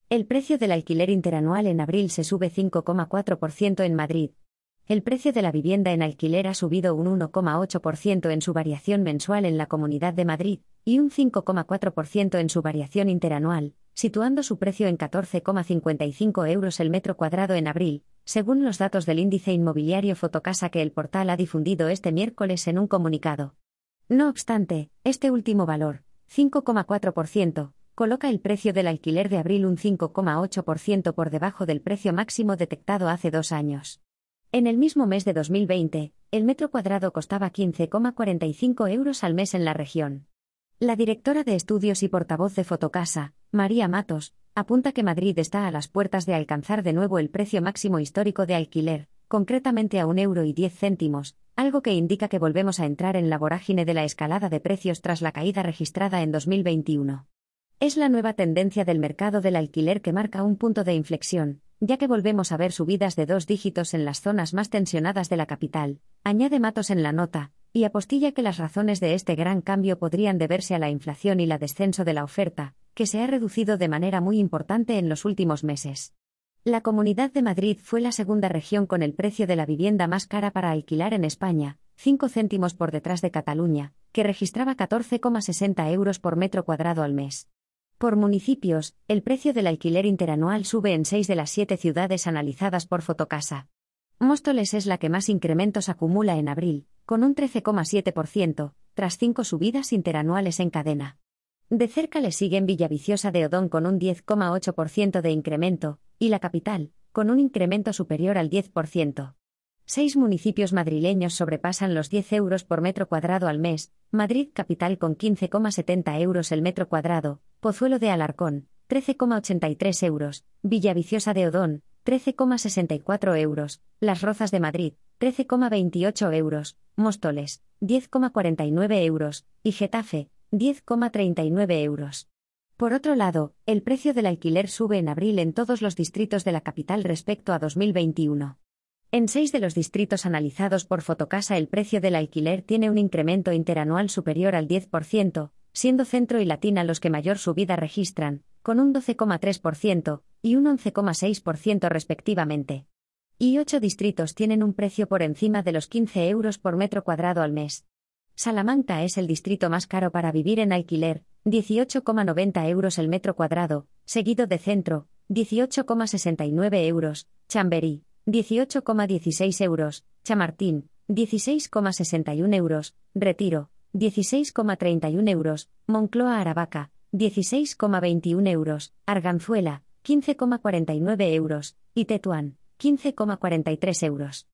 El precio del alquiler interanual en abril se sube 5,4% en Madrid. El precio de la vivienda en alquiler ha subido un 1,8% en su variación mensual en la Comunidad de Madrid y un 5,4% en su variación interanual, situando su precio en 14,55 euros el metro cuadrado en abril, según los datos del índice inmobiliario Fotocasa que el portal ha difundido este miércoles en un comunicado. No obstante, este último valor, 5,4%, coloca el precio del alquiler de abril un 5,8% por debajo del precio máximo detectado hace 2 años. En el mismo mes de 2020, el metro cuadrado costaba 15,45 euros al mes en la región. La directora de estudios y portavoz de Fotocasa, María Matos, apunta que Madrid está a las puertas de alcanzar de nuevo el precio máximo histórico de alquiler, concretamente a 1,10 €, algo que indica que volvemos a entrar en la vorágine de la escalada de precios tras la caída registrada en 2021. Es la nueva tendencia del mercado del alquiler que marca un punto de inflexión, ya que volvemos a ver subidas de 2 dígitos en las zonas más tensionadas de la capital, añade Matos en la nota, y apostilla que las razones de este gran cambio podrían deberse a la inflación y la descenso de la oferta, que se ha reducido de manera muy importante en los últimos meses. La Comunidad de Madrid fue la segunda región con el precio de la vivienda más cara para alquilar en España, 5 céntimos por detrás de Cataluña, que registraba 14,60 euros por metro cuadrado al mes. Por municipios, el precio del alquiler interanual sube en 6 de las 7 ciudades analizadas por Fotocasa. Móstoles es la que más incrementos acumula en abril, con un 13,7%, tras 5 subidas interanuales en cadena. De cerca le siguen Villaviciosa de Odón con un 10,8% de incremento, y la capital, con un incremento superior al 10%. 6 municipios madrileños sobrepasan los 10 euros por metro cuadrado al mes: Madrid capital con 15,70 euros el metro cuadrado, Pozuelo de Alarcón, 13,83 euros, Villaviciosa de Odón, 13,64 euros, Las Rozas de Madrid, 13,28 euros, Móstoles, 10,49 euros, y Getafe, 10,39 euros. Por otro lado, el precio del alquiler sube en abril en todos los distritos de la capital respecto a 2021. En 6 de los distritos analizados por Fotocasa el precio del alquiler tiene un incremento interanual superior al 10%, siendo Centro y Latina los que mayor subida registran, con un 12,3% y un 11,6% respectivamente. Y 8 distritos tienen un precio por encima de los 15 euros por metro cuadrado al mes. Salamanca es el distrito más caro para vivir en alquiler, 18,90 euros el metro cuadrado, seguido de Centro, 18,69 euros, Chamberí, 18,16 euros, Chamartín, 16,61 euros, Retiro, 16,31 euros, Moncloa Aravaca, 16,21 euros, Arganzuela, 15,49 euros, y Tetuán, 15,43 euros.